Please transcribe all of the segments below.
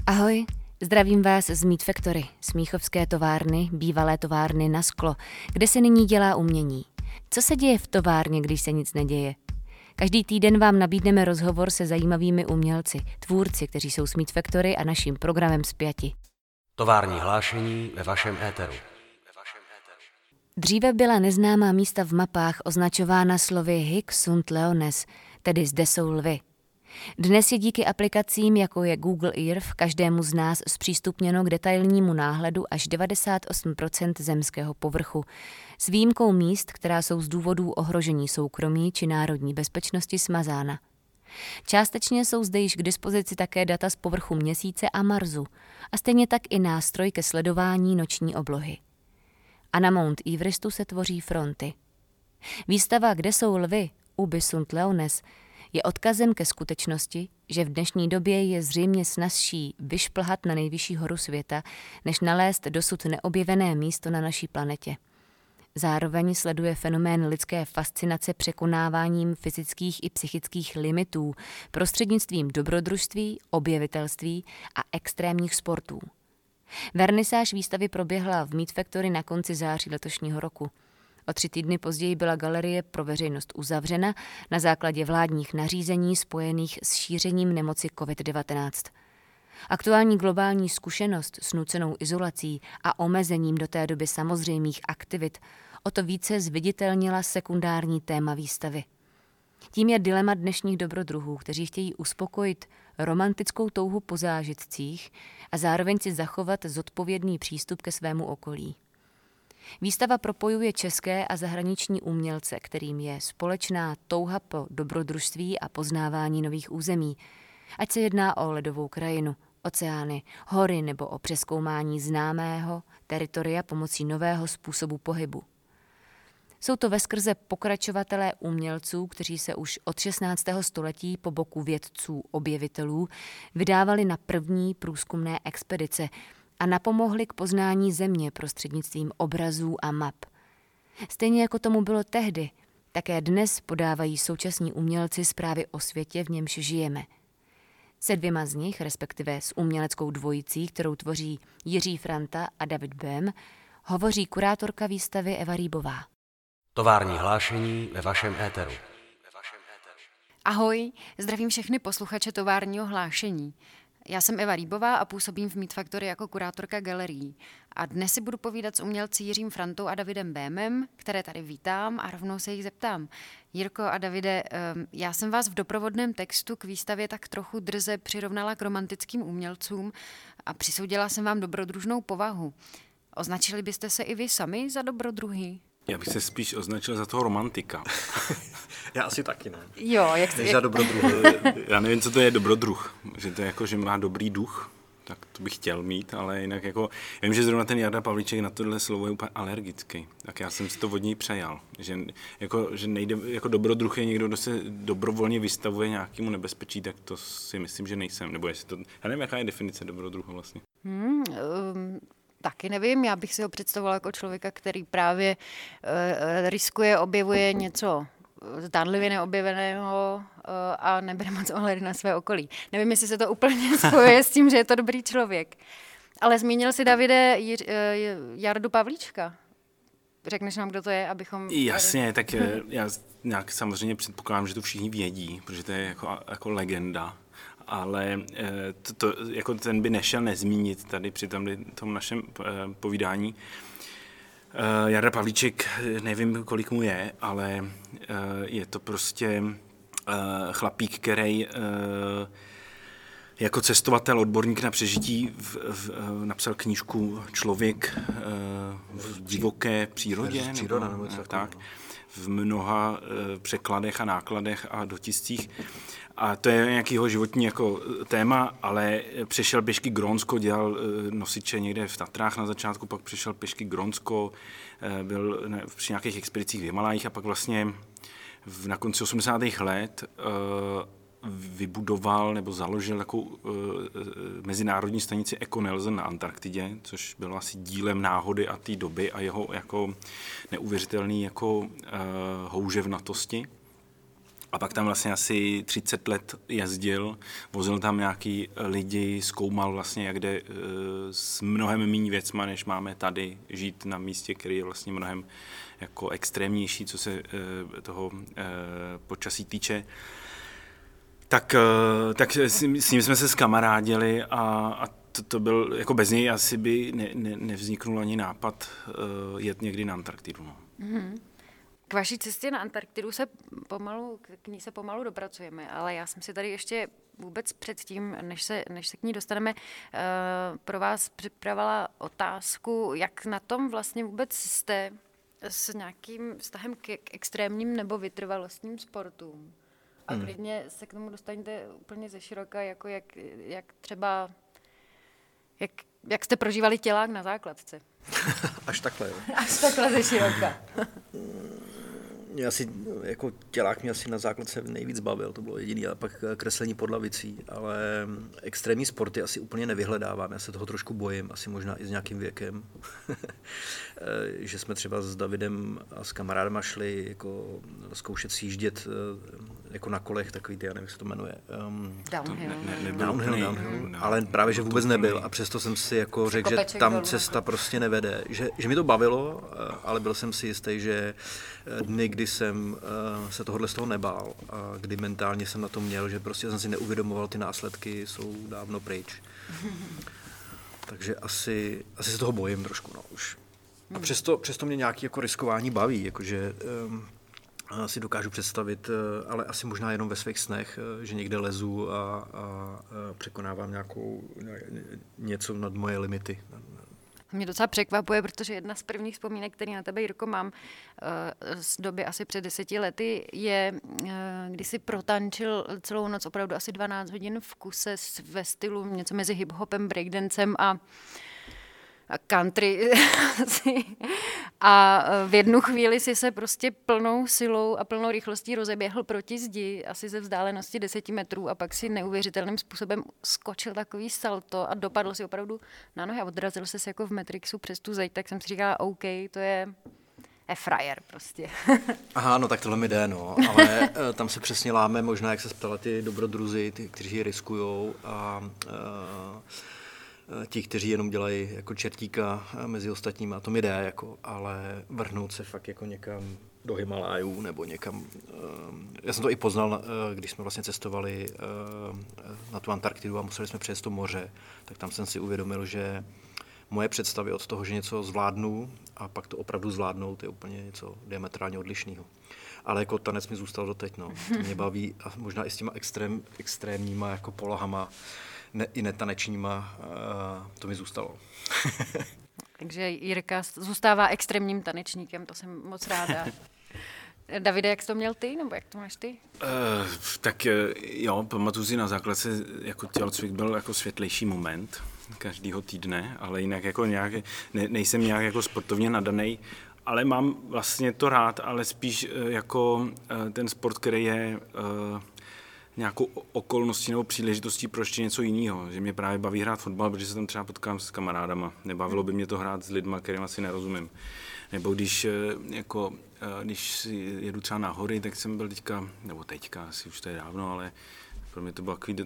Ahoj, zdravím vás z Meat Factory, smíchovské továrny, bývalé továrny na sklo, kde se nyní dělá umění. Co se děje v továrně, když se nic neděje? Každý týden vám nabídneme rozhovor se zajímavými umělci, tvůrci, kteří jsou s Meat Factory a naším programem spjati. Tovární hlášení ve vašem éteru. Dříve byla neznámá místa v mapách označována slovy Hic sunt leones, tedy zde jsou lvy. Dnes je díky aplikacím, jako je Google Earth, každému z nás zpřístupněno k detailnímu náhledu až 98% zemského povrchu, s výjimkou míst, která jsou z důvodů ohrožení soukromí či národní bezpečnosti smazána. Částečně jsou zde již k dispozici také data z povrchu Měsíce a Marsu a stejně tak i nástroj ke sledování noční oblohy. A na Mount Everestu se tvoří fronty. Výstava Kde jsou lvy, Ubi sunt leones, je odkazem ke skutečnosti, že v dnešní době je zřejmě snazší vyšplhat na nejvyšší horu světa, než nalézt dosud neobjevené místo na naší planetě. Zároveň sleduje fenomén lidské fascinace překonáváním fyzických i psychických limitů prostřednictvím dobrodružství, objevitelství a extrémních sportů. Vernisáž výstavy proběhla v Meat Factory na konci září letošního roku. O 3 týdny později byla galerie pro veřejnost uzavřena na základě vládních nařízení spojených s šířením nemoci COVID-19. Aktuální globální zkušenost s nucenou izolací a omezením do té doby samozřejmých aktivit o to více zviditelnila sekundární téma výstavy. Tím je dilema dnešních dobrodruhů, kteří chtějí uspokojit romantickou touhu po zážitcích a zároveň si zachovat zodpovědný přístup ke svému okolí. Výstava propojuje české a zahraniční umělce, kterým je společná touha po dobrodružství a poznávání nových území, ať se jedná o ledovou krajinu, oceány, hory nebo o přezkoumání známého teritoria pomocí nového způsobu pohybu. Jsou to veskrze pokračovatelé umělců, kteří se už od 16. století po boku vědců objevitelů vydávali na první průzkumné expedice a napomohli k poznání země prostřednictvím obrazů a map. Stejně jako tomu bylo tehdy, také dnes podávají současní umělci zprávy o světě, v němž žijeme. Se 2 z nich, respektive s uměleckou dvojicí, kterou tvoří Jiří Franta a David Böhm, hovoří kurátorka výstavy Eva Rýbová. Tovární hlášení ve vašem éteru. Ahoj, zdravím všechny posluchače továrního hlášení. Já jsem Eva Rýbová a působím v Meat Factory jako kurátorka galerií. A dnes si budu povídat s umělci Jiřím Frantou a Davidem Böhmem, které tady vítám a rovnou se jich zeptám. Jirko a Davide, já jsem vás v doprovodném textu k výstavě tak trochu drze přirovnala k romantickým umělcům a přisoudila jsem vám dobrodružnou povahu. Označili byste se i vy sami za dobrodruhy? Já bych se spíš označil za toho romantika. Já asi taky ne. Jo, Za dobrodruh. Já nevím, co to je dobrodruh. Že to je jako, že má dobrý duch, tak to bych chtěl mít, ale jinak jako, vím, že zrovna ten Jarda Pavlíček na tohle slovo je úplně alergický. Tak já jsem si to od něj přejal. Že nejde, jako dobrodruh je někdo, kdo se dobrovolně vystavuje nějakému nebezpečí, tak to si myslím, že nejsem. Nebo jestli to, já nevím, jaká je definice dobrodruha vlastně. Taky nevím, já bych si ho představovala jako člověka, který právě riskuje, objevuje něco zdánlivě neobjeveného a nebere moc ohledy na své okolí. Nevím, jestli se to úplně spojuje s tím, že je to dobrý člověk. Ale zmínil si, Davide, Jardu Pavlíčka. Řekneš nám, kdo to je, abychom... Jasně, tak já nějak samozřejmě předpokládám, že to všichni vědí, protože to je jako legenda. Ale jako ten by nešel nezmínit tady při tom našem povídání. Jarda Pavlíček, nevím, kolik mu je, ale je to prostě chlapík, který jako cestovatel, odborník na přežití napsal knížku Člověk v divoké přírodě. Tak, v mnoha překladech a nákladech a dotiscích. A to je nějakýho životní jako téma, ale přešel pěšky Grónsko, dělal nosiče někde v Tatrách na začátku, pak přešel pěšky Grónsko, byl při nějakých expedicích v Himalajích a pak vlastně na konci 80. let vybudoval nebo založil takovou mezinárodní stanici Eco Nelson na Antarktidě, což bylo asi dílem náhody a té doby a jeho jako neuvěřitelný jako houževnatosti. A pak tam vlastně asi 30 let jezdil, vozil tam nějaký lidi, zkoumal vlastně, jak jde s mnohem méně věcma, než máme tady, žít na místě, který je vlastně mnohem jako extrémnější, co se toho počasí týče. Tak s ním jsme se zkamarádili a to byl, jako bez něj asi by nevzniknul ani nápad jet někdy na Antarktidu. No. Mm-hmm. K vaší cestě na Antarktidu k ní se pomalu dopracujeme, ale já jsem si tady ještě vůbec předtím, než se k ní dostaneme, pro vás připravila otázku, jak na tom vlastně vůbec jste s nějakým vztahem k extrémním nebo vytrvalostním sportům. A klidně se k tomu dostaňte úplně ze široka, jako jak třeba, jak jste prožívali tělák na základce. Až takhle, jo. Až takhle ze široka. Jako tělák mě asi na základce nejvíc bavil, to bylo jediný, a pak kreslení pod lavicí, ale extrémní sporty asi úplně nevyhledávám, já se toho trošku bojím, asi možná i s nějakým věkem, že jsme třeba s Davidem a s kamarádama šli jako zkoušet sjíždět jako na kolech, takový ty, já nevím, jak se to jmenuje. Downhill, ale právě, že vůbec nebyl a přesto jsem si jako řekl, že tam cesta prostě nevede, že mi to bavilo, ale byl jsem si jistý, že dny, kdy jsem se tohohle z toho nebál a kdy mentálně jsem na to měl, že prostě jsem si neuvědomoval, ty následky jsou dávno pryč. Takže asi se toho bojím trošku, no, už. A přesto mě nějaké jako riskování baví, jakože si dokážu představit, ale asi možná jenom ve svých snech, že někde lezu a překonávám něco nad moje limity. Mě docela překvapuje, protože jedna z prvních vzpomínek, které na tebe, Jirko, mám z doby asi před 10 lety, je, když si protančil celou noc opravdu asi 12 hodin v kuse ve stylu něco mezi hip-hopem, breakdancem a country. A v jednu chvíli si se prostě plnou silou a plnou rychlostí rozeběhl proti zdi, asi ze vzdálenosti 10 metrů, a pak si neuvěřitelným způsobem skočil takový salto a dopadl si opravdu na nohy a odrazil se jako v Matrixu přes tu zeď, tak jsem si říkala, OK, to je frajer prostě. Aha, no tak tohle mi jde, no, ale tam se přesně láme, možná jak se ptala ty dobrodruzi, ty, kteří riskujou a ti, kteří jenom dělají jako čertíka mezi ostatními, a to mi jde, jako, ale vrhnout se fakt jako někam do Himalájů nebo někam. Já jsem to i poznal, když jsme vlastně cestovali na tu Antarktidu a museli jsme přejet to moře, tak tam jsem si uvědomil, že moje představy od toho, že něco zvládnu a pak to opravdu zvládnout, je úplně něco diametrálně odlišného. Ale jako tanec mi zůstal doteď, no. To mě baví a možná i s těma extrémníma jako polohama, i netanečníma, to mi zůstalo. Takže Jirka zůstává extrémním tanečníkem, to jsem moc ráda. Davide, jak jsi to měl ty, nebo jak to máš ty? Tak jo, pamatuju si, na základce jako tělocvik byl jako světlejší moment každýho týdne, ale jinak jako nějak, nejsem nějak jako sportovně nadanej, ale mám vlastně to rád, ale spíš jako ten sport, který je nějakou okolností nebo příležitostí pro ještě něco jiného. Že mě právě baví hrát fotbal, protože se tam třeba potkám s kamarádama. Nebavilo by mě to hrát s lidma, kterým asi nerozumím. Nebo když jedu třeba na hory, tak jsem byl teďka, asi už to je dávno, ale pro mě to bylo takový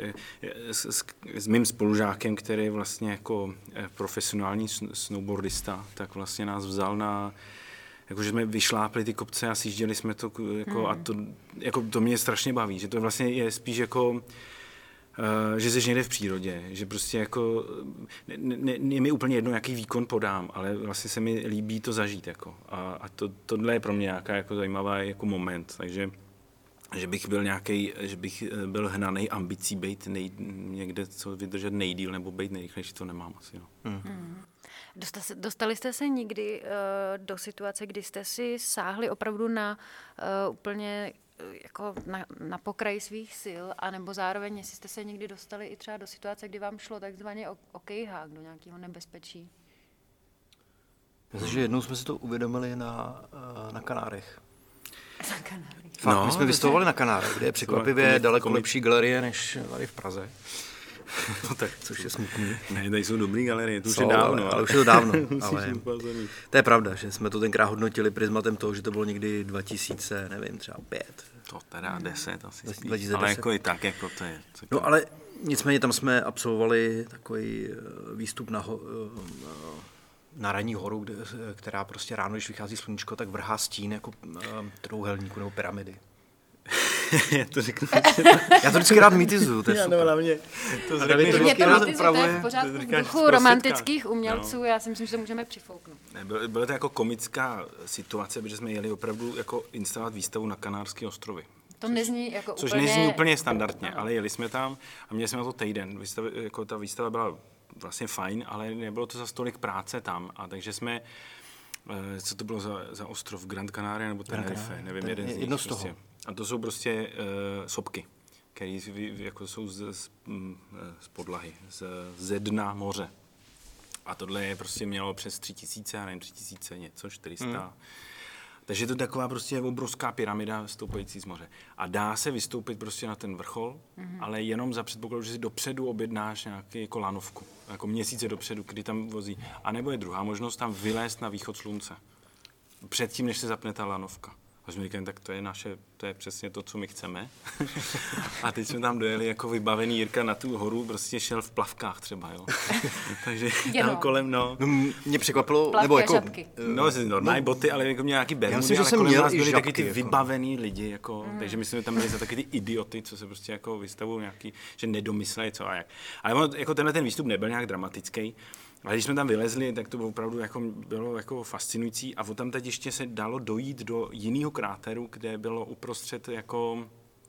s mým spolužákem, který je vlastně jako profesionální snowboardista, tak vlastně nás vzal na jakože jsme vyšlápli ty kopce a sjížděli jsme to, jako, a to mě strašně baví, že to vlastně je spíš jako, že jsi někde v přírodě, že prostě jako, je mi úplně jedno, jaký výkon podám, ale vlastně se mi líbí to zažít, jako, a tohle je pro mě nějaká jako zajímavá jako moment, takže že bych byl hnanej ambicí být někde, co vydržet nejdýl nebo být nejrychlejší, to nemám asi, no. Dostali jste se někdy do situace, kdy jste si sáhli opravdu na úplně jako na pokraj svých sil, anebo zároveň, jestli jste se někdy dostali i třeba do situace, kdy vám šlo takzvaně o kejhák, do nějakého nebezpečí? Myslím, že jednou jsme si to uvědomili na Kanárech. Na Kanárech. My jsme vystavovali na Kanárech, kde je překvapivě daleko lepší galerie než tady v Praze. No tak, což je smutný. Ne, tady jsou dobrý galerie, to už je dávno. Ale už je to dávno. Ale to je pravda, že jsme to tenkrát hodnotili prismatem toho, že to bylo někdy 2000, nevím, třeba 5. To teda 10 asi spíš, 2010. ale jako i tak, jako to je. No ale nicméně tam jsme absolvovali takový výstup na ranní horu, která prostě ráno, když vychází sluníčko, tak vrhá stín jako trojúhelníku nebo pyramidy. Já to vždycky rád mýtizuju. To je super. Hlavně to je v pořádku v duchu romantických umělců, já si myslím, že to můžeme přifouknout. Byla to jako komická situace, protože jsme jeli opravdu jako instalovat výstavu na Kanárské ostrovy. To nezní jako což úplně... nezní úplně standardně, ale jeli jsme tam a měli jsme na to týden. Jako ta výstava byla vlastně fajn, ale nebylo to za tolik práce tam. A takže jsme, co to bylo za ostrov, Gran Canaria nebo Tenerife, nevím, jeden z nich. Jedno z toho. Prostě. A to jsou prostě sopky, které jako jsou z podlahy, ze dna moře. A tohle je prostě mělo přes 3000, já nevím, 3000 něco, 400. Takže je to taková prostě obrovská pyramida stoupající z moře. A dá se vystoupit prostě na ten vrchol, ale jenom za předpokladu, že si dopředu objednáš nějaký jako lanovku, jako měsíce dopředu, kdy tam vozí. A nebo je druhá možnost tam vylézt na východ slunce. Předtím, než se zapne ta lanovka. A jsme říkali, tak to je přesně to, co my chceme. A teď jsme tam dojeli jako vybavený, Jirka na tu horu prostě šel v plavkách třeba, jo. Takže tam kolem, No, mě překvapilo, plavky nebo jako... šapky. Normální boty, ale jako nějaký bermudy, ale kolem nás byli taky ty vybavený lidi, jako, takže my jsme tam byli za taky ty idioty, co se prostě jako vystavují nějaký, že nedomyslejí co a jak. Ale jako tenhle ten výstup nebyl nějak dramatický. Ale když jsme tam vylezli, tak to bylo opravdu bylo jako fascinující a tam teď ještě se dalo dojít do jiného kráteru, kde bylo uprostřed jako,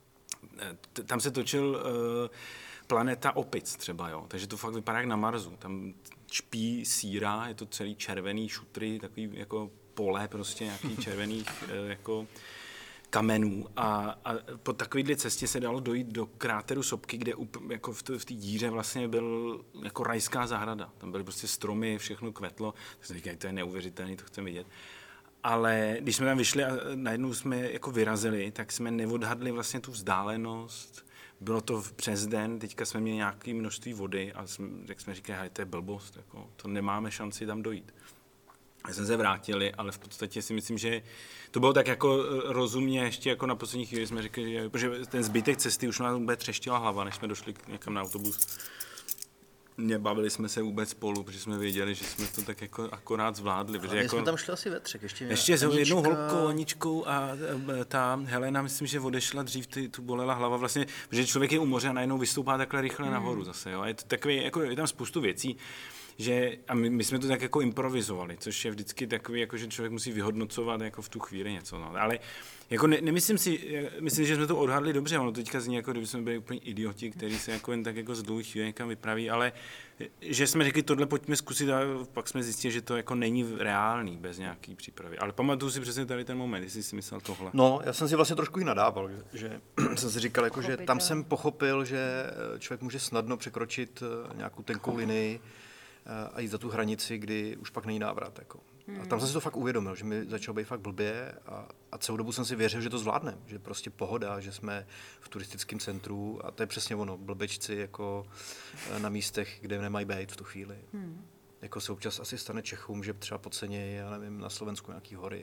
tam se točil planeta opic třeba, jo, takže to fakt vypadá jak na Marsu, tam čpí síra, je to celý červený šutry, takový jako pole prostě nějaký červených jako kamenů a po takovéhle cestě se dalo dojít do kráteru sopky, kde jako v té díře vlastně byl jako rajská zahrada. Tam byly prostě stromy, všechno kvetlo. Tak jsem říkal, to je neuvěřitelné, to chcem vidět. Ale když jsme tam vyšli a najednou jsme jako vyrazili, tak jsme neodhadli vlastně tu vzdálenost. Bylo to přes den, teďka jsme měli nějaké množství vody a jak jsme říkali, to je blbost, jako, to nemáme šanci tam dojít. A jsme se vrátili, ale v podstatě si myslím, že to bylo tak jako rozumně, ještě jako na poslední chvíli jsme řekli, že protože ten zbytek cesty už nás vůbec třeštila hlava, než jsme došli někam na autobus. Nebavili jsme se vůbec spolu, protože jsme věděli, že jsme to tak jako akorát zvládli. Ale jako, jsme tam šli asi ve třech. Ještě s jednou holkou, Aničkou a ta Helena, myslím, že odešla dřív, tu bolela hlava vlastně, protože člověk je u moře a najednou vystoupá takhle rychle nahoru zase. Jo? A je to takový, jako, je tam spoustu věcí. A my jsme to tak jako improvizovali, což je vždycky takový, jako, že člověk musí vyhodnocovat jako v tu chvíli něco. No. Ale jako nemyslím si, myslím, že jsme to odhadli dobře, ono teďka zní, jako kdyby jsme byli úplně idioti, kteří se jako jen tak jako z dlouhých chvíli někam vypraví, ale že jsme řekli, tohle pojďme zkusit a pak jsme zjistili, že to jako není reálný bez nějaký přípravy. Ale pamatuju si přesně tady ten moment, jestli jsi myslel tohle. No, já jsem si vlastně trošku i nadával, že jsem si říkal, jako, že tam jsem pochopil, že člověk může snadno překročit nějakou tenkou linii a jít za tu hranici, kdy už pak není návrat. Jako. A tam jsem si to fakt uvědomil, že mi začalo být fakt blbě a celou dobu jsem si věřil, že to zvládneme, že prostě pohoda, že jsme v turistickém centru a to je přesně ono, blbečci jako na místech, kde nemají být v tu chvíli. Jako se občas asi stane Čechům, že třeba podcenějí, já nevím, na Slovensku nějaký hory.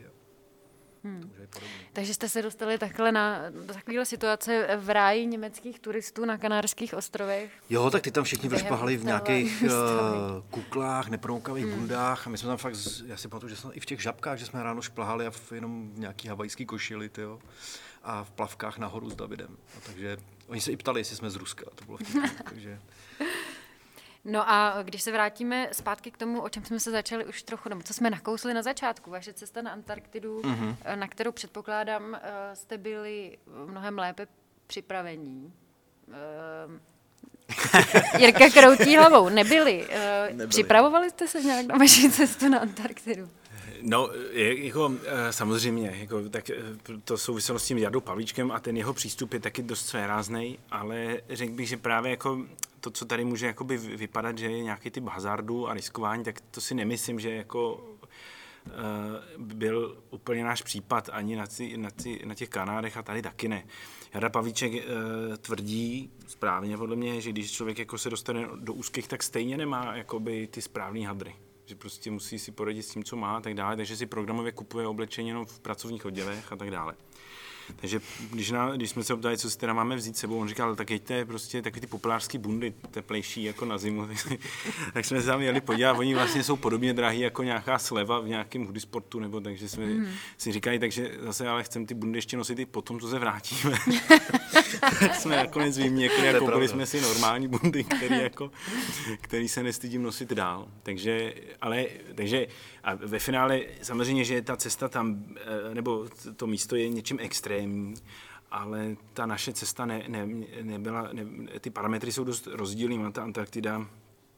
Takže jste se dostali takhle do takovéhle situace v ráji německých turistů na Kanárských ostrovech? Jo, tak ty tam všichni vyšplhali v nějakých kuklách, nepromoukavých bundách a my jsme tam fakt, já si pamatuju, že jsme i v těch žabkách, že jsme ráno šplhali a jenom v nějaký havajský košili, tyjo, a v plavkách nahoru s Davidem. A takže oni se i ptali, jestli jsme z Ruska, to bylo vtipné, takže... No a když se vrátíme zpátky k tomu, o čem jsme se začali už trochu, nebo co jsme nakousli na začátku, vaše cesta na Antarktidu, na kterou předpokládám, jste byli mnohem lépe připravení. Jirka kroutí hlavou. Nebyli. Připravovali jste se nějak na vaši cestu na Antarktidu? No, jako, samozřejmě, jako, tak to souviselo s tím Jardou Pavlíčkem a ten jeho přístup je taky dost svéráznej, ale řekl bych, že právě jako to, co tady může jakoby vypadat, že je nějaký typ hazardu a riskování, tak to si nemyslím, že jako byl úplně náš případ, ani na těch Kanárech a tady taky ne. Jarda Pavlíček tvrdí správně podle mě, že když člověk jako se dostane do úzkých, tak stejně nemá jakoby ty správný hadry. Že prostě musí si poradit s tím, co má a tak dále, takže si programově kupuje oblečení jenom v pracovních oddělech a tak dále. Takže když jsme se optali, co si teda máme vzít sebou, on říkal, tak jeďte prostě takový ty populářský bundy, teplejší jako na zimu, tak jsme se tam jeli podívat, oni vlastně jsou podobně drahý jako nějaká sleva v nějakém hoodisportu, nebo takže jsme si říkali, takže zase ale chceme ty bundy ještě nosit i potom, co se vrátíme. Tak jsme nakonec vyměkli a koupili jsme si normální bundy, který se nestydím nosit dál. Takže a ve finále samozřejmě, že ta cesta tam, nebo to místo je něčím extrémní, ale ta naše cesta nebyla, ty parametry jsou dost rozdílné. Ta Antarktida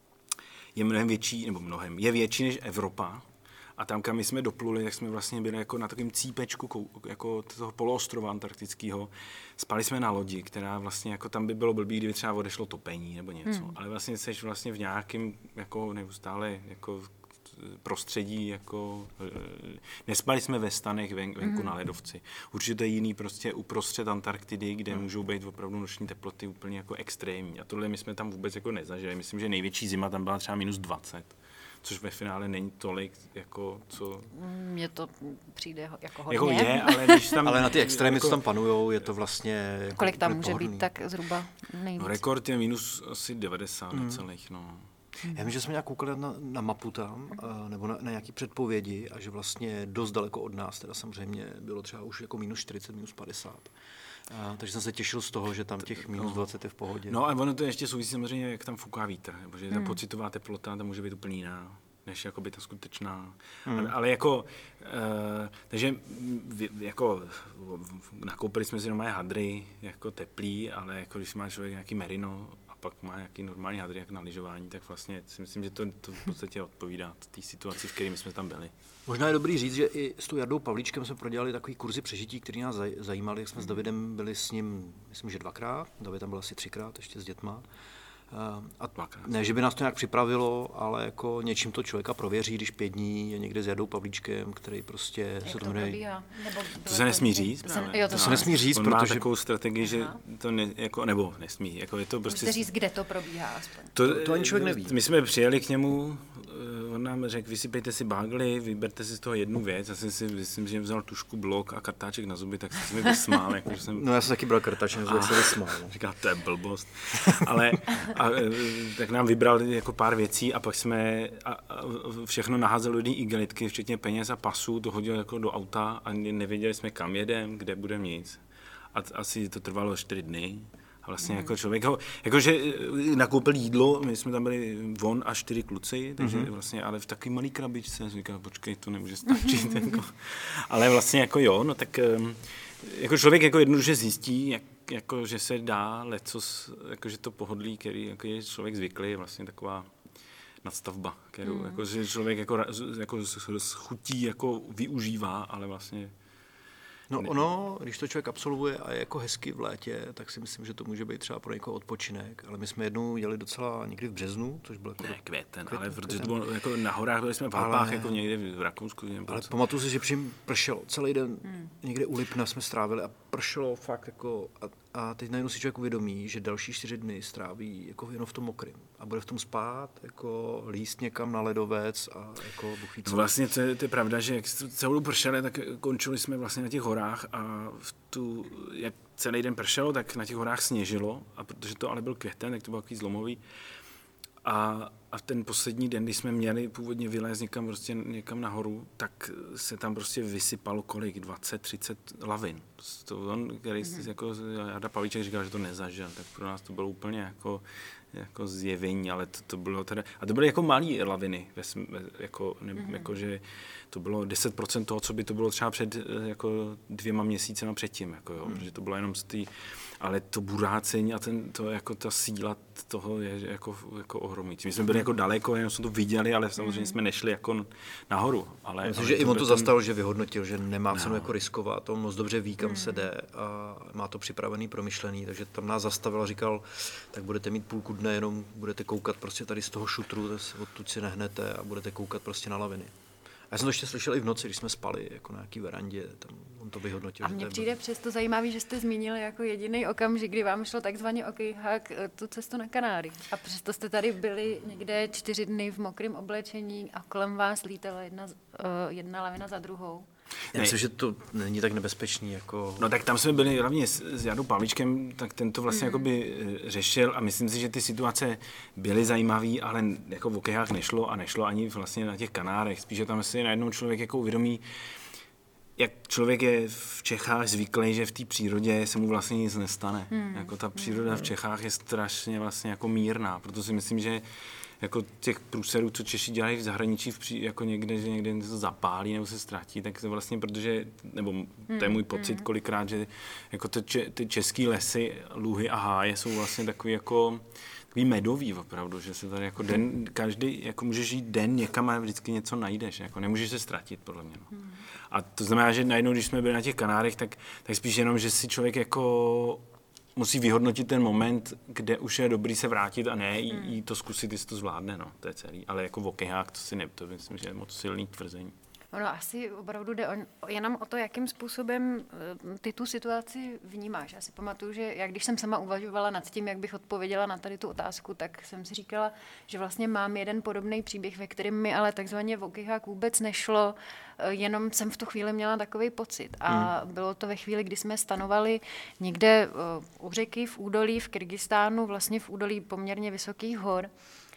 je mnohem větší, je větší než Evropa. A tam, kam my jsme dopluli, tak jsme vlastně byli jako na takovém cípečku jako toho poloostrova antarktického. Spali jsme na lodi, která vlastně jako tam by bylo blbý, kdyby třeba odešlo topení nebo něco. Ale vlastně seš vlastně v nějakém jako neustále jako prostředí, jako nespali jsme ve stanech venku na ledovci. Určitě to je jiný prostě uprostřed Antarktidy, kde můžou být opravdu noční teploty úplně jako extrémní. A tohle my jsme tam vůbec jako nezažili. Myslím, že největší zima tam byla třeba -20. Což ve finále není tolik, jako co... Mně to přijde jako hodně. Jako je, ale když tam... ale na ty extrémy, jako... co tam panujou, je to vlastně... Jako kolik tam může být tak zhruba nejvíc? No, rekord je minus asi 90 necelých, no. Já vím, že jsme nějak koukali na mapu tam, nebo na nějaký předpovědi a že vlastně dost daleko od nás, teda samozřejmě bylo třeba už jako -40, -50. Takže jsem se těšil z toho, že tam těch -20 je v pohodě. No a ono to ještě souvisí samozřejmě, jak tam fouká vítr, protože ta pocitová teplota tam může být úplně jiná, než jakoby ta skutečná. Ale jako, takže jako nakoupili jsme si normálně hadry, jako teplý, ale jako když má člověk nějaký merino, pak má nějaký normální hadry jak na lyžování, tak vlastně si myslím, že to v podstatě odpovídá té situaci, v které jsme tam byli. Možná je dobrý říct, že i s tou Jardou Pavlíčkem jsme prodělali takový kurzy přežití, které nás zajímaly. Jak jsme s Davidem byli s ním, myslím, že 2krát, David tam byl asi 3krát ještě s dětma. A ne, že by nás to nějak připravilo, ale jako něčím to člověka prověří, když 5 dní je někde s Jardou Pavlíčkem, který prostě jak se to jmenuje. To se nesmí říct. To se nesmí říct, on protože má takovou strategii, že to nebo nesmí. Jako je to prostě... Můžete říct, kde to probíhá aspoň. To ani člověk neví. My jsme přijeli k němu, on nám řekl, vysypejte si bágly, vyberte si z toho jednu věc. Já jsem si myslím, že vzal tušku, blok a kartáček na zuby, tak jsem se mi vysmál. Jako, že jsem... No já jsem taky bral kartáček, že se vysmál. Říká, to je blbost. Ale tak nám vybral jako pár věcí a pak jsme všechno naházeli do jedné igelitky, včetně peněz a pasů, to hodil jako do auta a nevěděli jsme, kam jedem, kde budeme nic. A asi to trvalo 4 dny. A vlastně jako člověk jakože nakoupil jídlo, my jsme tam byli on a 4 kluci, takže vlastně, ale v takový malý krabičce, říkal, počkej, to nemůže stačit. Jako. Ale vlastně jako jo, no tak jako člověk jako jednoduše zjistí, jako, že se dá lecos, jakože to pohodlí, který jako je člověk zvyklý, je vlastně taková nadstavba, kterou jako, že člověk jako s chutí jako využívá, ale vlastně... No ono, když to člověk absolvuje a je jako hezky v létě, tak si myslím, že to může být třeba pro někoho odpočinek, ale my jsme jednou jeli docela někdy v březnu, což bylo jako... Ne, květen, ale protože to bylo jako na horách, byli jsme v Alpách, jako někde v Rakousku. Ale pamatuju si, že přím pršelo, celý den někde u Lipna jsme strávili a pršelo fakt jako... A teď najednou si člověk uvědomí, že další 4 dny stráví jako jenom v tom mokrým a bude v tom spát, jako líst někam na ledovec a jako buchví co. No vlastně to je pravda, že jak celou pršeli, tak končili jsme vlastně na těch horách a jak celý den pršelo, tak na těch horách sněžilo a protože to ale byl květen, tak to bylo takový zlomový. A v ten poslední den, když jsme měli původně vylézt někam nahoru, tak se tam prostě vysypalo kolik? 20-30 lavin. To on, který jako Jarda Pavlíček říkal, že to nezažil, tak pro nás to bylo úplně jako zjevení, ale to bylo teda... A to byly jako malé laviny, jako že to bylo 10% toho, co by to bylo třeba před jako 2 měsícema předtím, jako jo, protože to bylo jenom z té... Ale to burácení a ta síla toho je jako ohromující. My jsme byli jako daleko, jenom jsme to viděli, ale samozřejmě jsme nešli jako nahoru. Myslím, že i on to zastal, že vyhodnotil, že nemá cenu jako riskovat. On moc dobře ví, kam se jde a má to připravený, promyšlený, takže tam nás zastavil a říkal, tak budete mít půlku dne, jenom budete koukat prostě tady z toho šutru, odtud si nehnete a budete koukat prostě na laviny. Já jsem to ještě slyšel i v noci, když jsme spali jako na nějaký verandě, tam on to vyhodnotil. A mně přijde přesto zajímavý, že jste zmínili jako jediný okamžik, kdy vám šlo takzvaně okejhák tu cestu na Kanáry. A přesto jste tady byli někde 4 dny v mokrém oblečení a kolem vás lítala jedna lavina za druhou. Já myslím, že to není tak nebezpečný jako... No tak tam jsme byli hlavně s Jardou Pavlíčkem, tak ten to vlastně jakoby řešil a myslím si, že ty situace byly zajímavé, ale jako v okejhách nešlo ani vlastně na těch Kanárech. Spíš, že tam si najednou člověk jako uvědomí, jak člověk je v Čechách zvyklý, že v té přírodě se mu vlastně nic nestane. Jako ta příroda v Čechách je strašně vlastně jako mírná, proto si myslím, že jako těch průserů, co Češi dělají v zahraničí, jako někde, že někde se zapálí nebo se ztratí, tak to vlastně, protože, nebo to je můj pocit kolikrát, že jako ty český lesy, luhy a háje jsou vlastně takový jako takový medový opravdu, že se tady jako každý, jako můžeš žít den někam a vždycky něco najdeš, jako nemůžeš se ztratit, podle mě. No. A to znamená, že najednou, když jsme byli na těch Kanárech, tak spíš jenom, že si člověk jako musí vyhodnotit ten moment, kde už je dobrý se vrátit a ne jí to zkusit, jestli to zvládne, no, to je celý. Ale jako v okejhách to myslím, že je moc silný tvrzení. Ono asi opravdu jde jenom o to, jakým způsobem ty tu situaci vnímáš. Já si pamatuju, že jak když jsem sama uvažovala nad tím, jak bych odpověděla na tady tu otázku, tak jsem si říkala, že vlastně mám jeden podobný příběh, ve kterém mi ale takzvaně v okejhách vůbec nešlo, jenom jsem v tu chvíli měla takový pocit. A bylo to ve chvíli, kdy jsme stanovali někde u řeky v údolí v Kyrgyzstánu, vlastně v údolí poměrně vysokých hor.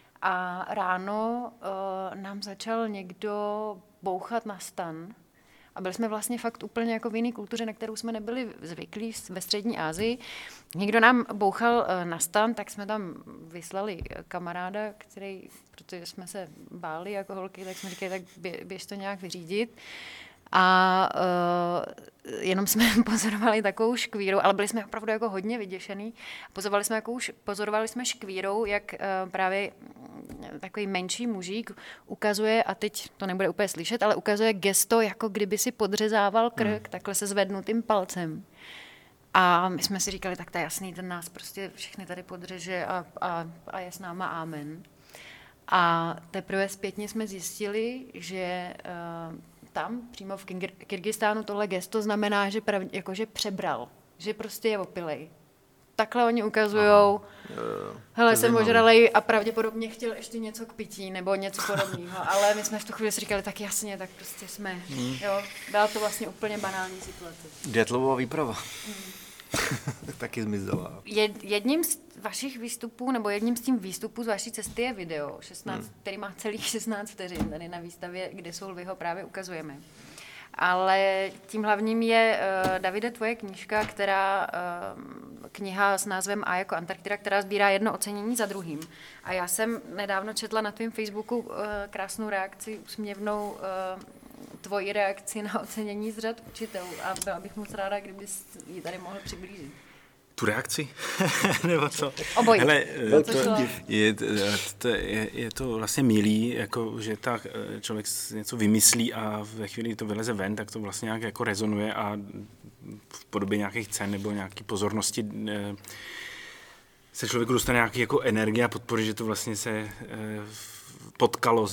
A ráno nám začal někdo bouchat na stan a byli jsme vlastně fakt úplně jako v jiné kultuře, na kterou jsme nebyli zvyklí ve střední Asii. Někdo nám bouchal na stan, tak jsme tam vyslali kamaráda, který, protože jsme se báli jako holky, tak jsme říkali, tak běž to nějak vyřídit. A jenom jsme pozorovali takovou škvírou, ale byli jsme opravdu jako hodně vyděšený. Pozorovali jsme škvírou, jak právě takový menší mužík ukazuje, a teď to nebude úplně slyšet, ale ukazuje gesto, jako kdyby si podřezával krk, takhle se zvednutým palcem. A my jsme si říkali, tak to je jasný, ten nás prostě všechny tady podřeže a je s náma amen. A teprve zpětně jsme zjistili, že tam, přímo v Kyrgyzstánu, tohle gesto znamená, že jakože přebral, že prostě je opilej. Takhle oni ukazujou, hele, jsem ožralej a pravděpodobně chtěl ještě něco k pití nebo něco podobného, ale my jsme v tu chvíli si říkali, tak jasně, tak prostě jsme, jo, byla to vlastně úplně banální situace. Dětlová výprava. Taky zmizela. Jedním z vašich výstupů, nebo jedním z tím výstupů z vaší cesty je video, který má celých 16 vteřin, tady na výstavě, kde jsou lvy, ho právě ukazujeme. Ale tím hlavním je, Davide, tvoje knížka, kniha s názvem A jako Antarktida, která sbírá jedno ocenění za druhým. A já jsem nedávno četla na tvém Facebooku krásnou reakci, úsměvnou tvoji reakci na ocenění z řad učitelů. A byla bych moc ráda, kdybys ji tady mohl přiblížit. Tu reakci? Nebo co? Obojí. Hele, je to vlastně milý, jako, že člověk něco vymyslí a ve chvíli, kdy to vyleze ven, tak to vlastně nějak jako rezonuje a v podobě nějakých cen nebo nějaký pozornosti se člověku dostane nějaký jako energie a podpory, že to vlastně se potkalo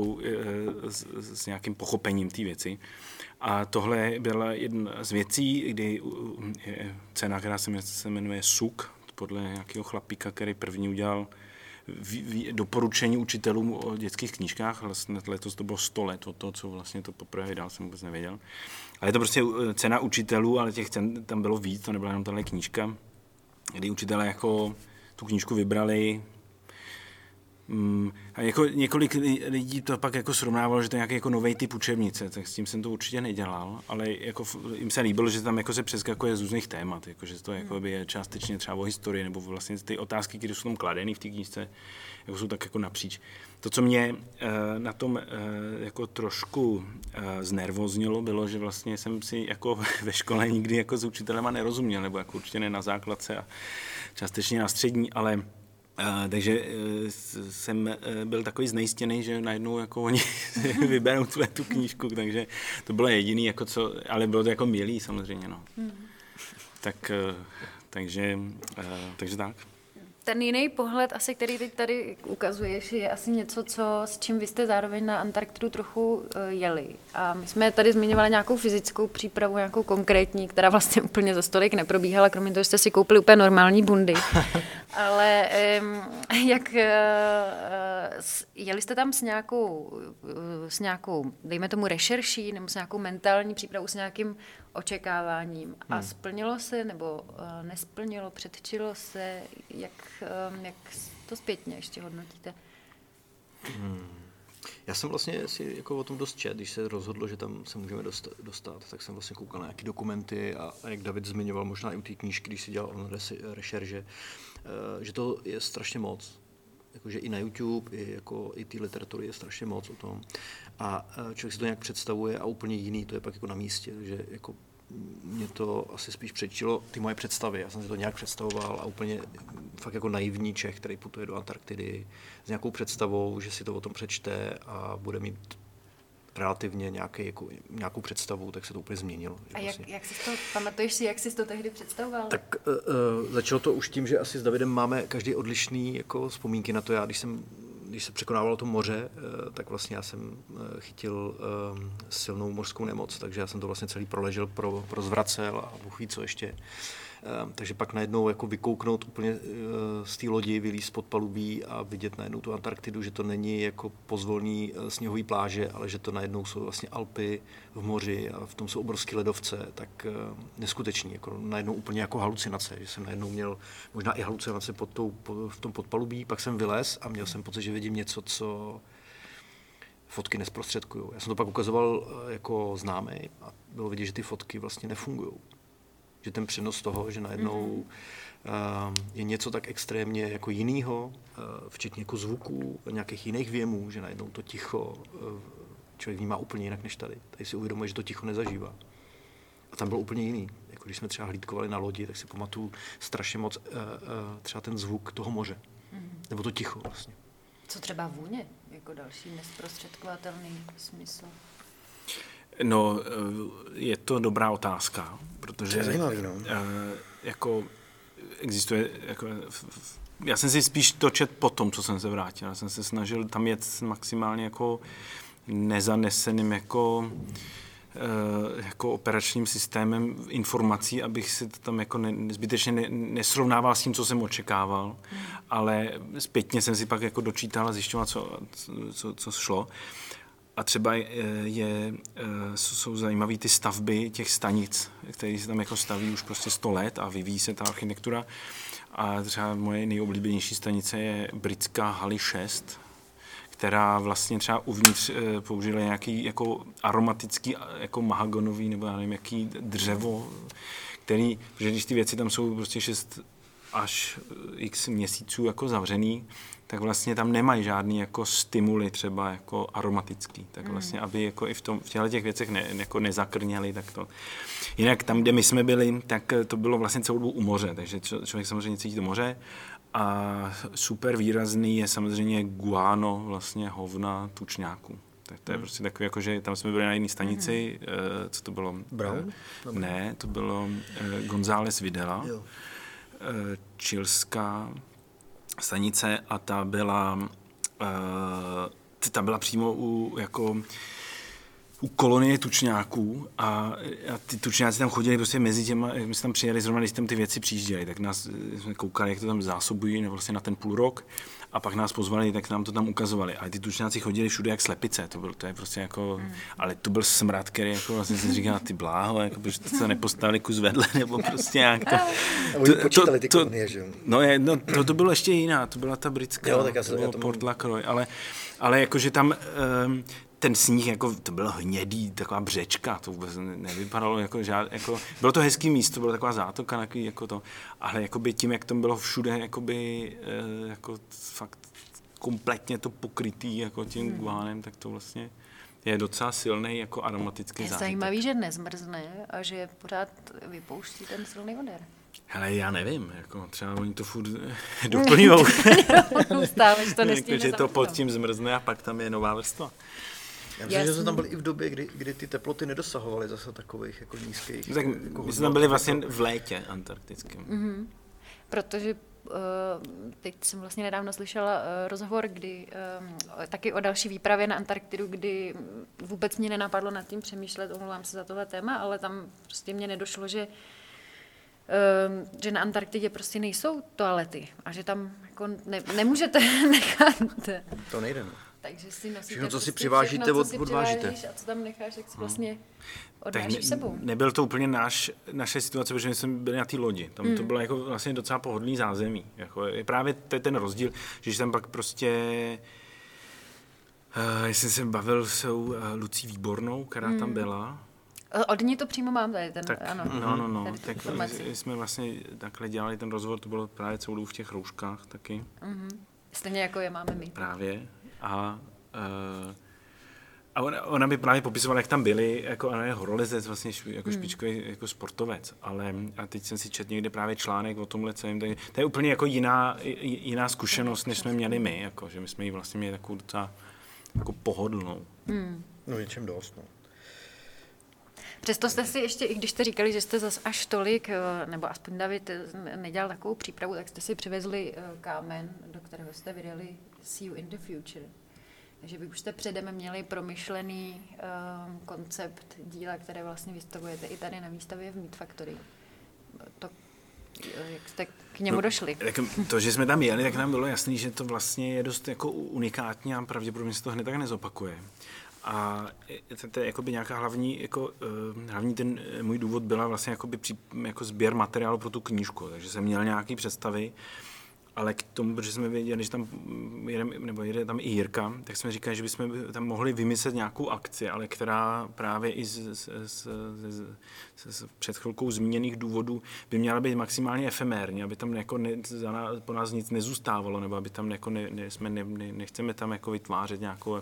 s nějakým pochopením té věci. A tohle byla jedna z věcí, kdy je cena, která se jmenuje SUK, podle nějakého chlapíka, který první udělal doporučení učitelům o dětských knížkách. Vlastně letos to bylo 100 let od toho, co vlastně to poprvé vydal, jsem vůbec nevěděl. Ale je to prostě cena učitelů, ale těch cen tam bylo víc, to nebyla jenom tahle knížka, kdy učitelé jako tu knížku vybrali. A jako několik lidí to pak jako srovnávalo, že to je nějaký jako nový typ učebnice, tak s tím jsem to určitě nedělal, ale jako jim se líbilo, že tam jako se přeskakuje z různých témat, jako že to jako je částečně třeba o historii, nebo vlastně ty otázky, které jsou tam kladeny v té knížce, jako jsou tak jako napříč. To, co mě na tom jako trošku znervoznilo, bylo, že vlastně jsem si jako ve škole nikdy jako s učitelema nerozuměl, nebo jako určitě ne na základce a částečně na střední, ale takže jsem byl takový znejistěný, že najednou jako oni vyberou tu knížku, takže to bylo jediný, jako co, ale bylo to jako milý samozřejmě, no. Takže tak. ten jiný pohled, asi, který teď tady ukazuješ, je asi něco, s čím vy jste zároveň na Antarktidu trochu jeli. A my jsme tady zmiňovali nějakou fyzickou přípravu, nějakou konkrétní, která vlastně úplně za stolik neprobíhala, kromě toho, že jste si koupili úplně normální bundy. Ale jeli jste tam s nějakou, dejme tomu, rešerší, nebo s nějakou mentální přípravou, s nějakým očekáváním. A splnilo se, nebo nesplnilo, předčilo se, jak to zpětně ještě hodnotíte? Já jsem vlastně si jako o tom dost čet, když se rozhodlo, že tam se můžeme dostat, tak jsem vlastně koukal na nějaké dokumenty a jak David zmiňoval, možná i u té knížky, když si dělal rešerže, že to je strašně moc. Jakože i na YouTube, i té literatury je strašně moc o tom. A člověk si to nějak představuje a úplně jiný, to je pak jako na místě. Takže jako mě to asi spíš předčilo ty moje představy. Já jsem si to nějak představoval a úplně fakt jako naivní Čech, který putuje do Antarktidy s nějakou představou, že si to o tom přečte a bude mít relativně nějakou představu, tak se to úplně změnilo. A jak jsi to, pamatuješ si, jak jsi to tehdy představoval? Tak začalo to už tím, že asi s Davidem máme každý odlišný jako vzpomínky na to. Já, když se překonávalo to moře, tak vlastně já jsem chytil silnou mořskou nemoc, takže já jsem to vlastně celý proležel, prozvracel a Bůh ví co ještě. Takže pak najednou jako vykouknout úplně z té lodi, vylízt pod palubí a vidět najednou tu Antarktidu, že to není jako pozvolný sněhový pláže, ale že to najednou jsou vlastně Alpy v moři a v tom jsou obrovské ledovce, tak neskutečný, jako najednou úplně jako halucinace, že jsem najednou měl možná i halucinace v tom podpalubí, pak jsem vylez a měl jsem pocit, že vidím něco, co fotky nesprostředkují. Já jsem to pak ukazoval jako známý a bylo vidět, že ty fotky vlastně nefungují. Že ten přenos toho, že najednou je něco tak extrémně jako jinýho, včetně jako zvuků, nějakých jiných věmů, že najednou to ticho člověk vnímá úplně jinak než tady. Tady si uvědomuje, že to ticho nezažívá. A tam byl úplně jiný. Jako když jsme třeba hlídkovali na lodi, tak si pamatuju strašně moc třeba ten zvuk toho moře. Nebo to ticho vlastně. Co třeba vůně? Jako další nesprostředkovatelný smysl. No, je to dobrá otázka, protože to je zajímavý, no. Jako existuje, jako, já jsem si spíš to čet po tom, co jsem se vrátil. Já jsem se snažil tam jet maximálně jako nezaneseným jako operačním systémem informací, abych si to tam jako zbytečně nesrovnával s tím, co jsem očekával, ale zpětně jsem si pak jako dočítal a zjišťoval, co šlo. A třeba jsou zajímavé ty stavby těch stanic, které se tam jako staví už prostě 100 let a vyvíjí se ta architektura. A třeba moje nejoblíbenější stanice je britská Halley 6, která vlastně třeba uvnitř použila nějaký jako aromatický jako mahagonový nebo já nevím jaký dřevo, který, protože když ty věci tam jsou prostě 6 až x měsíců jako zavřený, tak vlastně tam nemají žádný jako stimuly třeba jako aromatický, tak vlastně, aby jako i v těchto těch věcech jako nezakrněli, tak to. Jinak tam, kde my jsme byli, tak to bylo vlastně celou dobu u moře, takže člověk samozřejmě cítí do moře a super výrazný je samozřejmě guano, vlastně hovna tučňáků. Tak to je prostě takový, jako, že tam jsme byli na jedné stanici, co to bylo? Brown? Ne, to bylo González Videla, chilská stanice a ta byla přímo u kolonie tučňáků a ty tučňáci tam chodili prostě mezi těma, jak my jsme tam přijeli zrovna, když tam ty věci přijížděly, tak nás jsme koukali, jak to tam zásobují vlastně na ten půl rok a pak nás pozvali, tak nám to tam ukazovali. Ale ty tučňáci chodili všude jak slepice, to je prostě jako, ale to byl smrad, který jako vlastně jsem říkal, ty bláho, jako, protože to se nepostavili kus vedle, nebo prostě nějak to. A oni počítali ty kolonie, že jo? No, to bylo ještě jiná, to byla ta britská, jo, tak to bylo Port Lacroix, ale jakože tam ten sníh, jako, to bylo hnědý, taková břečka, to vůbec nevypadalo jako bylo to hezký místo, byla taková zátoka, jako to, ale jakoby tím, jak tam bylo všude, jakoby, jako fakt kompletně to pokrytý jako tím guánem, tak to vlastně je docela silný jako aromatický zážitek. Je zajímavý, že nezmrzne a že pořád vypouští ten silný odér. Hele, já nevím, jako třeba oni to furt doplňujou. Stáváš to nestihne že to pod tím zmrzne a pak tam je nová vrstva. Já myslím, že jsme tam byli i v době, kdy ty teploty nedosahovaly zase takových jako nízkých. Tak jako my jsme tam byli vlastně v létě antarktickém. Protože teď jsem vlastně nedávno slyšela rozhovor, kdy taky o další výpravě na Antarktidu, kdy vůbec mě nenapadlo nad tím přemýšlet, omlouvám se za tohle téma, ale tam prostě mě nedošlo, že na Antarktidě prostě nejsou toalety a že tam jako nemůžete nechat. To nejde, no. Takže si nosíte všechno, co prostě si přivážíte, odvážíte. A co tam necháš, tak si vlastně odvážíš sebou. Nebyl to úplně naše situace, protože my jsme byli na té lodi. Tam to bylo jako vlastně docela pohodlný zázemí. Jako je právě ten rozdíl, že jsem pak prostě... jsem se bavil s Lucí Výbornou, která tam byla. Od ní to přímo mám tady, ten, tak, ano. No, tak jsme vlastně takhle dělali ten rozhovor, to bylo právě celou dobu v těch rouškách taky. Stejně jako je máme my. Právě. A ona by právě popisovala, jak tam byli, jako ona je horolezec, vlastně jako špičkový jako sportovec, ale a teď jsem si četl někde právě článek o tomhle celém, to je úplně jako jiná zkušenost, než jsme měli my, jako, že my jsme ji vlastně měli takovou docela jako pohodlnou. No něčem dost, no. Přesto jste si ještě, i když jste říkali, že jste zas až tolik, nebo aspoň David nedělal takovou přípravu, tak jste si přivezli kámen, do kterého jste vydali See You in the Future. Takže vy už jste předem měli promyšlený koncept díla, které vlastně vystavujete i tady na výstavě v Meat Factory. To, jak jste k němu došli? Tak to, že jsme tam jeli, tak nám bylo jasný, že to vlastně je dost jako unikátní a pravděpodobně se to hned tak nezopakuje. A to je jakoby nějaká hlavní ten můj důvod byla vlastně jako sběr materiálu pro tu knížku, takže jsem měl nějaký představy, ale k tomu, protože jsme věděli, že tam jede tam i Jirka, tak jsme říkali, že bychom tam mohli vymyslet nějakou akci, ale která právě i z před chvilkou zmíněných důvodů by měla být maximálně efemérní, aby tam jako po nás nic nezůstávalo, nebo aby tam jako nechceme tam jako vytvářet nějakou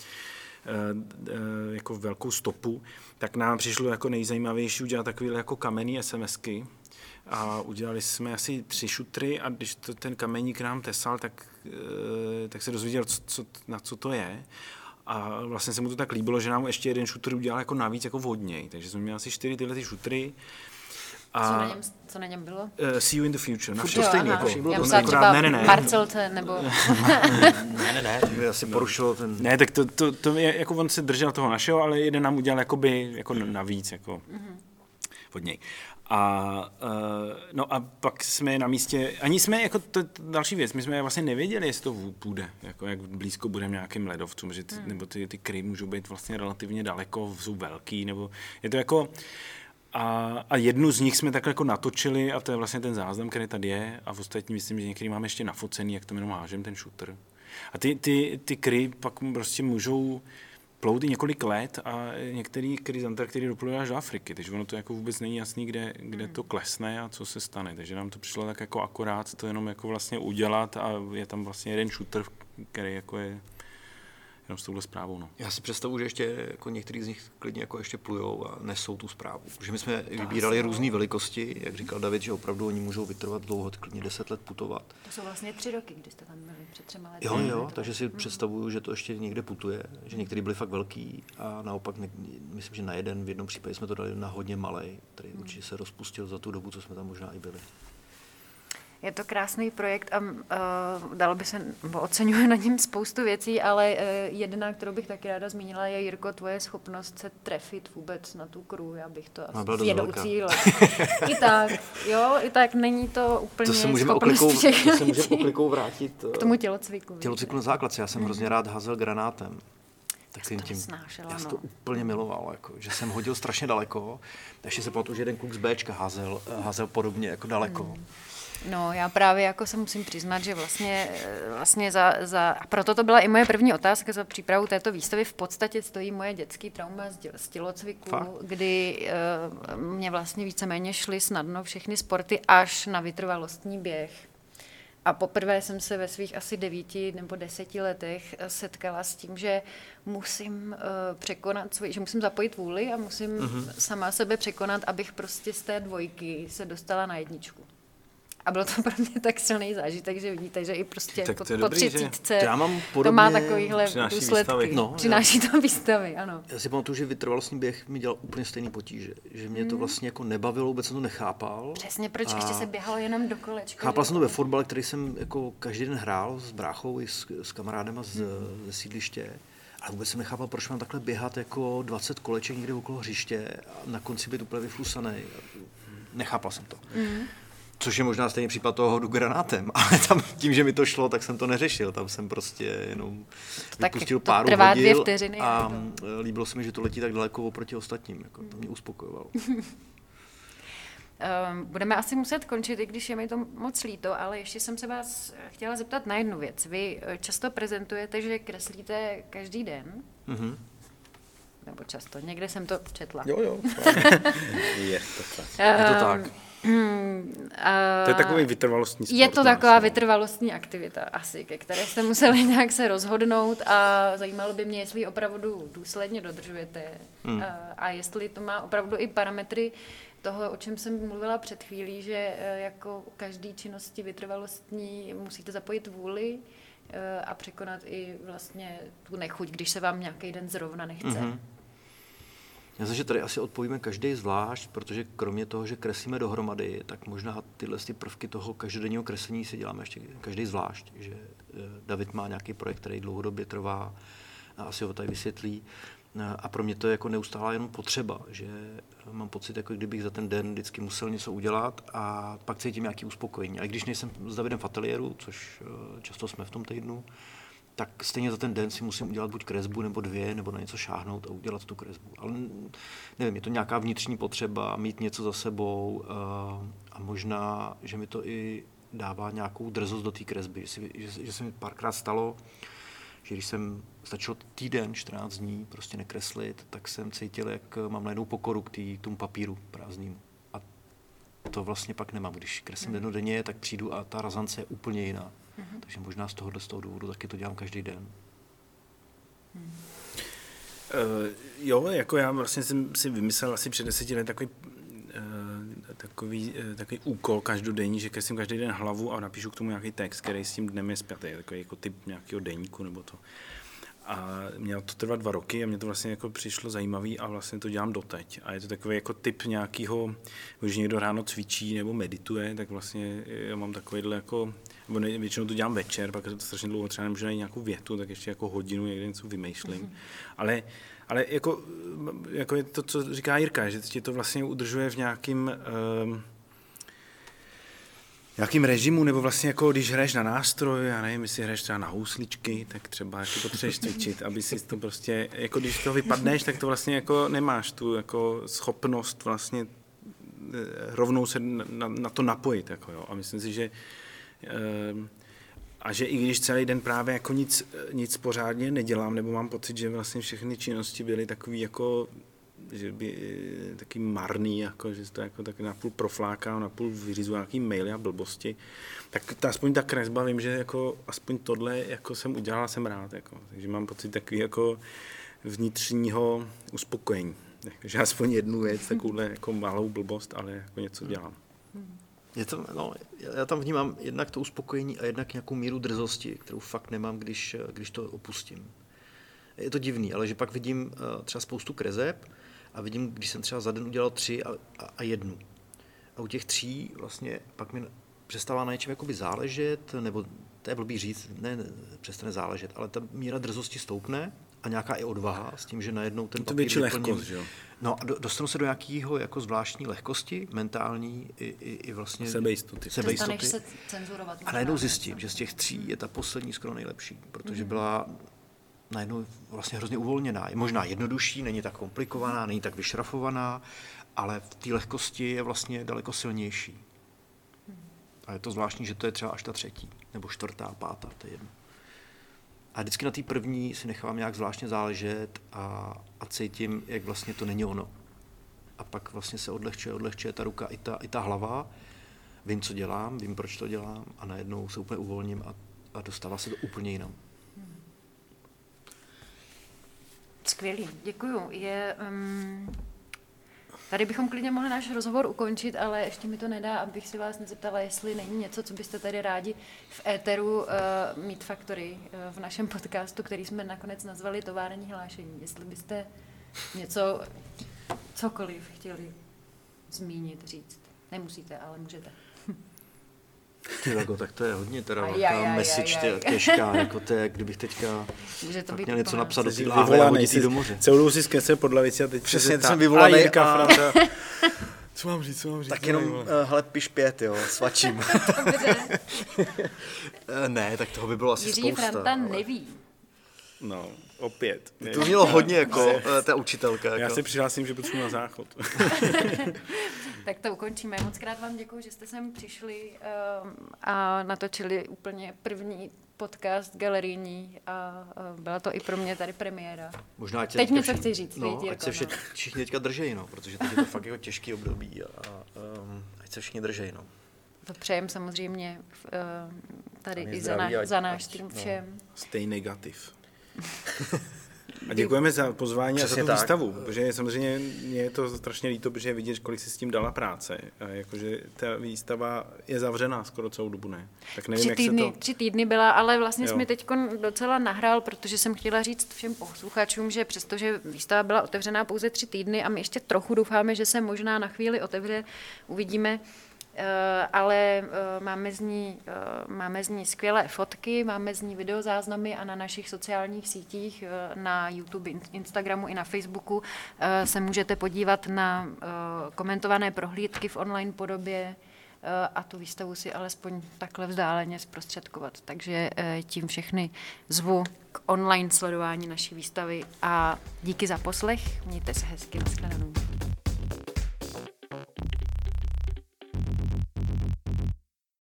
jako velkou stopu, tak nám přišlo jako nejzajímavější udělat takové jako kamenný SMSky a udělali jsme asi 3 šutry a když ten kameník nám tesal, tak se dozvěděl, na co to je. A vlastně se mu to tak líbilo, že nám ještě jeden šutr udělal jako navíc jako vodněj, takže jsme měli asi 4 tyhle šutry. A co na něm bylo? See You in the Future. To stejný, jako. Já myslím třeba Marcelce, nebo... ne, to by asi porušilo ten... Ne, tak to je, jako on se držel toho našeho, ale jeden nám udělal jako navíc, jako od něj. No a pak jsme na místě, ani jsme, jako to další věc, my jsme vlastně nevěděli, jestli to půjde, jako jak blízko budeme nějakým ledovcům, že nebo ty kry můžou být vlastně relativně daleko, jsou velký, nebo je to jako... A jednu z nich jsme takhle jako natočili a to je vlastně ten záznam, který tady je a v ostatní myslím, že některý máme ještě nafocený, jak to jenom hážem, ten shooter. A ty kry pak prostě můžou plout i několik let a některý kry z Antarktidy doplouvají až do Afriky, takže ono to jako vůbec není jasný, kde to klesne a co se stane. Takže nám to přišlo tak jako akorát to jenom jako vlastně udělat a je tam vlastně jeden shooter, který jako je jenom s touhle zprávou. No. Já si představuji, že ještě jako některý z nich klidně jako ještě plujou a nesou tu zprávu. Protože my jsme vybírali různé velikosti, jak říkal David, že opravdu oni můžou vytrvat dlouho, klidně 10 let putovat. To jsou vlastně 3 roky, kdy jste tam byli před 3 lety. Jo, takže si představuju, že to ještě někde putuje, že některý byli fakt velký a naopak myslím, že v jednom případě jsme to dali na hodně malej, který určitě se rozpustil za tu dobu, co jsme tam možná i byli. Je to krásný projekt a dalo by se, oceňuje na něm spoustu věcí, ale jedna, kterou bych taky ráda zmínila, je, Jirko, tvoje schopnost se trefit vůbec na tu kruhu, já bych to asi vědoucí. I tak není to úplně schopnost všech. To se můžeme oklikou vrátit k tomu tělocviku. Tělocviku na základce, já jsem hrozně rád házel granátem. Já jsem to úplně miloval, jako, že jsem hodil strašně daleko, takže se pamatuju, že jeden kluk z Bčka házel podobně jako daleko. No, já právě jako se musím přiznat, že vlastně a proto to byla i moje první otázka za přípravu této výstavy. V podstatě stojí moje dětský trauma z tělocviku, kdy mě vlastně víceméně šly snadno všechny sporty až na vytrvalostní běh. A poprvé jsem se ve svých asi 9 nebo 10 letech setkala s tím, že musím že musím zapojit vůli a musím sama sebe překonat, abych prostě z té 2 se dostala na 1. A bylo to pro mě tak silný zážitek, že vidíte, že i prostě po 30 já mám to má takovýhle důsledky. Přináší to výstavy, ano. Já si pamatuju, že vytrvalostní běh mi dělal úplně stejný potíže. Že mě to vlastně jako nebavilo, vůbec jsem to nechápal. Přesně, proč ještě se běhalo jenom do kolečka. Chápal jsem to ve fotbale, který jsem jako každý den hrál s bráchou i s kamarádem ze sídliště. Ale vůbec jsem nechápal, proč mám takhle běhat jako 20 koleček někde okolo hřiště a na konci být úplně vyflusaný. Nechápal jsem to. Což je možná stejný případ toho hodu granátem, ale tam tím, že mi to šlo, tak jsem to neřešil. Tam jsem prostě jenom vypustil pár hodil a líbilo se mi, že to letí tak daleko oproti ostatním. Jako, to mě uspokojovalo. Budeme asi muset končit, i když je mi to moc líto, ale ještě jsem se vás chtěla zeptat na jednu věc. Vy často prezentujete, že kreslíte každý den. Nebo často, někde jsem to četla. Jo. Je to tak. Je to tak. To je takový vytrvalostní sport. Je to taková vytrvalostní aktivita asi, ke které jste museli nějak se rozhodnout a zajímalo by mě, jestli ji opravdu důsledně dodržujete a jestli to má opravdu i parametry toho, o čem jsem mluvila před chvílí, že jako každý činnosti vytrvalostní musíte zapojit vůli a překonat i vlastně tu nechuť, když se vám nějaký den zrovna nechce. Já myslím, že tady asi odpovíme každý zvlášť, protože kromě toho, že kreslíme dohromady, tak možná tyhle prvky toho každodenního kreslení si děláme ještě každý zvlášť. Že David má nějaký projekt, který dlouhodobě trvá a asi ho tady vysvětlí. A pro mě to je jako neustálá jenom potřeba, že mám pocit, jako kdybych za ten den vždycky musel něco udělat a pak cítím nějaké uspokojení. A i když nejsem s Davidem v ateliéru, což často jsme v tom týdnu, tak stejně za ten den si musím udělat buď kresbu, nebo 2, nebo na něco šáhnout a udělat tu kresbu. Ale nevím, je to nějaká vnitřní potřeba, mít něco za sebou a možná, že mi to i dává nějakou drzost do té kresby. Že se mi párkrát stalo, že když jsem stačilo týden, 14 dní prostě nekreslit, tak jsem cítil, jak mám najednou pokoru k tomu papíru prázdnému. A to vlastně pak nemám. Když kreslím dennodenně, tak přijdu a ta razance je úplně jiná. Takže možná z toho důvodu taky to dělám každý den. Jo, jako já vlastně jsem si vymyslel asi před 10 let takový úkol každodenní, že kreslím každý den hlavu a napíšu k tomu nějaký text, který s tím dnem je spjatý, takový jako typ nějakého deníku nebo to. A mělo to trvat 2 roky a mě to vlastně jako přišlo zajímavý a vlastně to dělám doteď. A je to takový jako typ nějakého, když někdo ráno cvičí nebo medituje, tak vlastně já mám takovýhle jako, nebo většinou to dělám večer, pak je to strašně dlouho, třeba nemůžu najít nějakou větu, tak ještě jako hodinu někde něco vymýšlím. Ale jako je to, co říká Jirka, že tě to vlastně udržuje v nějakým režimu, nebo vlastně jako když hraješ na nástroj, já nevím, jestli hraješ třeba na housličky, tak třeba jako potřebuješ cvičit, aby si to prostě, jako když to vypadneš, tak to vlastně jako nemáš tu jako schopnost vlastně rovnou se na to napojit, jako jo. A myslím si, že a že i když celý den právě jako nic pořádně nedělám, nebo mám pocit, že vlastně všechny činnosti byly takový jako, že by taky marný, jako, že to jako tak napůl proflákám, napůl vyřizu nějaký maily a blbosti, tak aspoň ta kresba, vím, že jako aspoň tohle jako jsem udělal, jsem rád, jako. Takže mám pocit takový jako vnitřního uspokojení. Takže aspoň jednu věc, takovouhle jako malou blbost, ale jako něco dělám. Já tam vnímám jednak to uspokojení a jednak nějakou míru drzosti, kterou fakt nemám, když to opustím. Je to divný, ale že pak vidím třeba spoustu kreseb a vidím, když jsem třeba za den udělal 3 a 1. A u těch 3 vlastně pak mi přestává na něčem jakoby záležet, nebo to je blbý říct, ne, přestane záležet, ale ta míra drzosti stoupne a nějaká i odvaha s tím, že najednou ten papír větší lehkost, že jo? No a dostanu se do nějakého jako zvláštní lehkosti, mentální i vlastně sebejistoty. Přestaneš se cenzurovat. A najednou zjistím, že z těch 3 je ta poslední skoro nejlepší, protože byla najednou vlastně hrozně uvolněná. Je možná jednodušší, není tak komplikovaná, není tak vyšrafovaná, ale v té lehkosti je vlastně daleko silnější. A je to zvláštní, že to je třeba až ta 3. nebo 4., 5., to je jedno. A vždycky na té první si nechám nějak zvláštně záležet a cítím, jak vlastně to není ono. A pak vlastně se odlehčuje ta ruka i ta hlava. Vím, co dělám, vím, proč to dělám a najednou se úplně uvolním a dostává se to úplně jinam. Skvělý, děkuju. Tady bychom klidně mohli náš rozhovor ukončit, ale ještě mi to nedá, abych si vás nezeptala, jestli není něco, co byste tady rádi v éteru Meat Factory, v našem podcastu, který jsme nakonec nazvali Tovární hlášení. Jestli byste něco, cokoliv chtěli zmínit, říct. Nemusíte, ale můžete. Tak to je hodně teda velká message těžká, jako to je, kdybych teďka měl něco napsat do té láhve a hodit jí do moře. Celou dobu si skece pod lavici a teď přesně jsem vyvolaný a... Co mám říct? Tak jenom, hele, piš 5, jo, svačím. Ne, tak toho by bylo asi Jiří spousta. Jiří Franta neví. No, opět. To mělo hodně, jako, ta učitelka. Jako. Já se přihlásím, že potřebuji na záchod. Tak to ukončíme. Moc krát vám děkuji, že jste sem přišli a natočili úplně první podcast galerijní a byla to i pro mě tady premiéra. Možná, ať teď něco chci říct. No, ať se všichni teďka držejí, no, protože teď je to fakt jako těžký období a ať se všichni držejí. No. To přejem samozřejmě tady i za náš tým všem. Stay negativ. A děkujeme za pozvání přesně a za tu výstavu, protože samozřejmě mě je to strašně líto, protože vidět, kolik si s tím dala práce. A jakože ta výstava je zavřená skoro celou dobu, ne? Tak nevím, 3 týdny byla, ale vlastně jsi mi teď docela nahrál, protože jsem chtěla říct všem posluchačům, že přestože výstava byla otevřená pouze 3 týdny a my ještě trochu doufáme, že se možná na chvíli otevře, uvidíme, ale máme z ní skvělé fotky, máme z ní videozáznamy a na našich sociálních sítích, na YouTube, Instagramu i na Facebooku se můžete podívat na komentované prohlídky v online podobě a tu výstavu si alespoň takhle vzdáleně zprostředkovat. Takže tím všechny zvu k online sledování naší výstavy a díky za poslech, mějte se hezky, nashledanou.